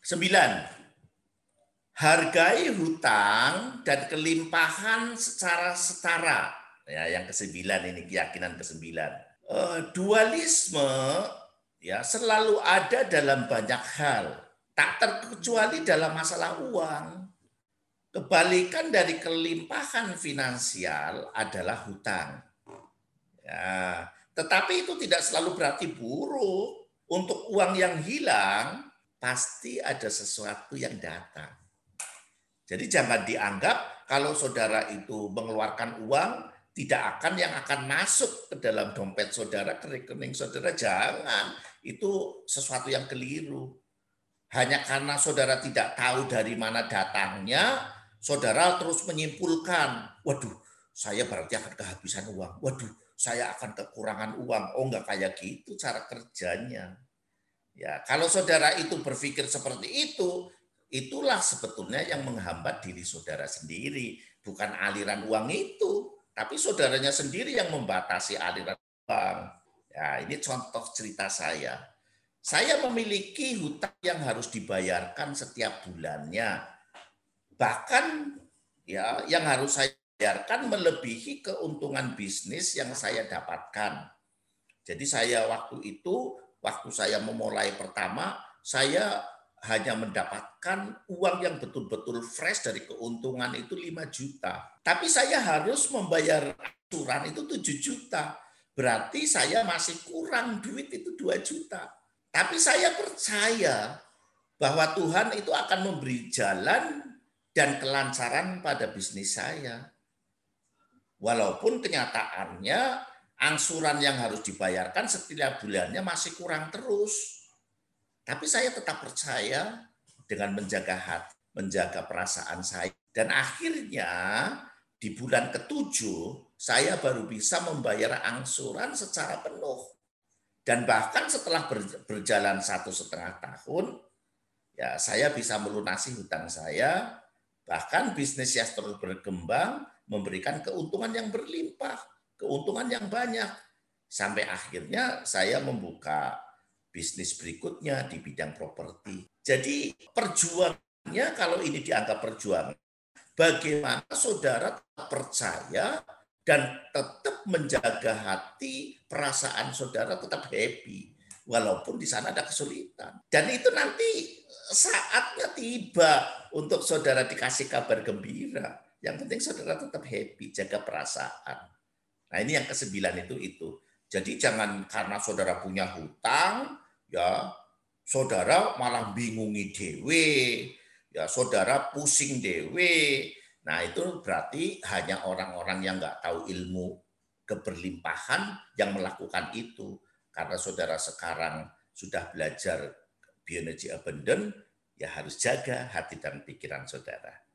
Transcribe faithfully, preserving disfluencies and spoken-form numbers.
Sembilan, hargai hutang dan kelimpahan secara setara. Ya, yang kesembilan ini keyakinan kesembilan. Uh, dualisme ya selalu ada dalam banyak hal, tak terkecuali dalam masalah uang. Kebalikan dari kelimpahan finansial adalah hutang. Ya, tetapi itu tidak selalu berarti buruk. Untuk uang yang hilang, pasti ada sesuatu yang datang. Jadi jangan dianggap kalau saudara itu mengeluarkan uang, tidak akan yang akan masuk ke dalam dompet saudara, ke rekening saudara. Jangan, itu sesuatu yang keliru. Hanya karena saudara tidak tahu dari mana datangnya, saudara terus menyimpulkan, waduh, saya berarti akan kehabisan uang. Waduh, saya akan kekurangan uang. Oh, enggak kayak gitu cara kerjanya. Ya, kalau saudara itu berpikir seperti itu, itulah sebetulnya yang menghambat diri saudara sendiri, bukan aliran uang itu, tapi saudaranya sendiri yang membatasi aliran uang. Ya, ini contoh cerita saya. Saya memiliki hutang yang harus dibayarkan setiap bulannya. Bahkan ya yang harus saya bayarkan melebihi keuntungan bisnis yang saya dapatkan. Jadi saya waktu itu, waktu saya memulai pertama, saya hanya mendapatkan uang yang betul-betul fresh dari keuntungan itu lima juta. Tapi saya harus membayar angsuran itu tujuh juta. Berarti saya masih kurang duit itu dua juta. Tapi saya percaya bahwa Tuhan itu akan memberi jalan dan kelancaran pada bisnis saya. Walaupun kenyataannya angsuran yang harus dibayarkan setiap bulannya masih kurang terus. Tapi saya tetap percaya dengan menjaga hati, menjaga perasaan saya. Dan akhirnya di bulan ketujuh saya baru bisa membayar angsuran secara penuh. Dan bahkan setelah berjalan satu setengah tahun, ya saya bisa melunasi hutang saya. Bahkan bisnis yang terus berkembang, memberikan keuntungan yang berlimpah, keuntungan yang banyak. Sampai akhirnya saya membuka bisnis berikutnya di bidang properti. Jadi perjuangannya, kalau ini dianggap perjuangan, bagaimana saudara percaya dan tetap menjaga hati, perasaan saudara tetap happy, walaupun di sana ada kesulitan. Dan itu nanti saatnya tiba untuk saudara dikasih kabar gembira. Yang penting saudara tetap happy, jaga perasaan. Nah ini yang kesembilan itu itu. Jadi jangan karena saudara punya hutang, ya saudara malah bingungi dewe, ya saudara pusing dewe. Nah itu berarti hanya orang-orang yang nggak tahu ilmu keberlimpahan yang melakukan itu. Karena saudara sekarang sudah belajar bioenergi abundant, ya harus jaga hati dan pikiran saudara.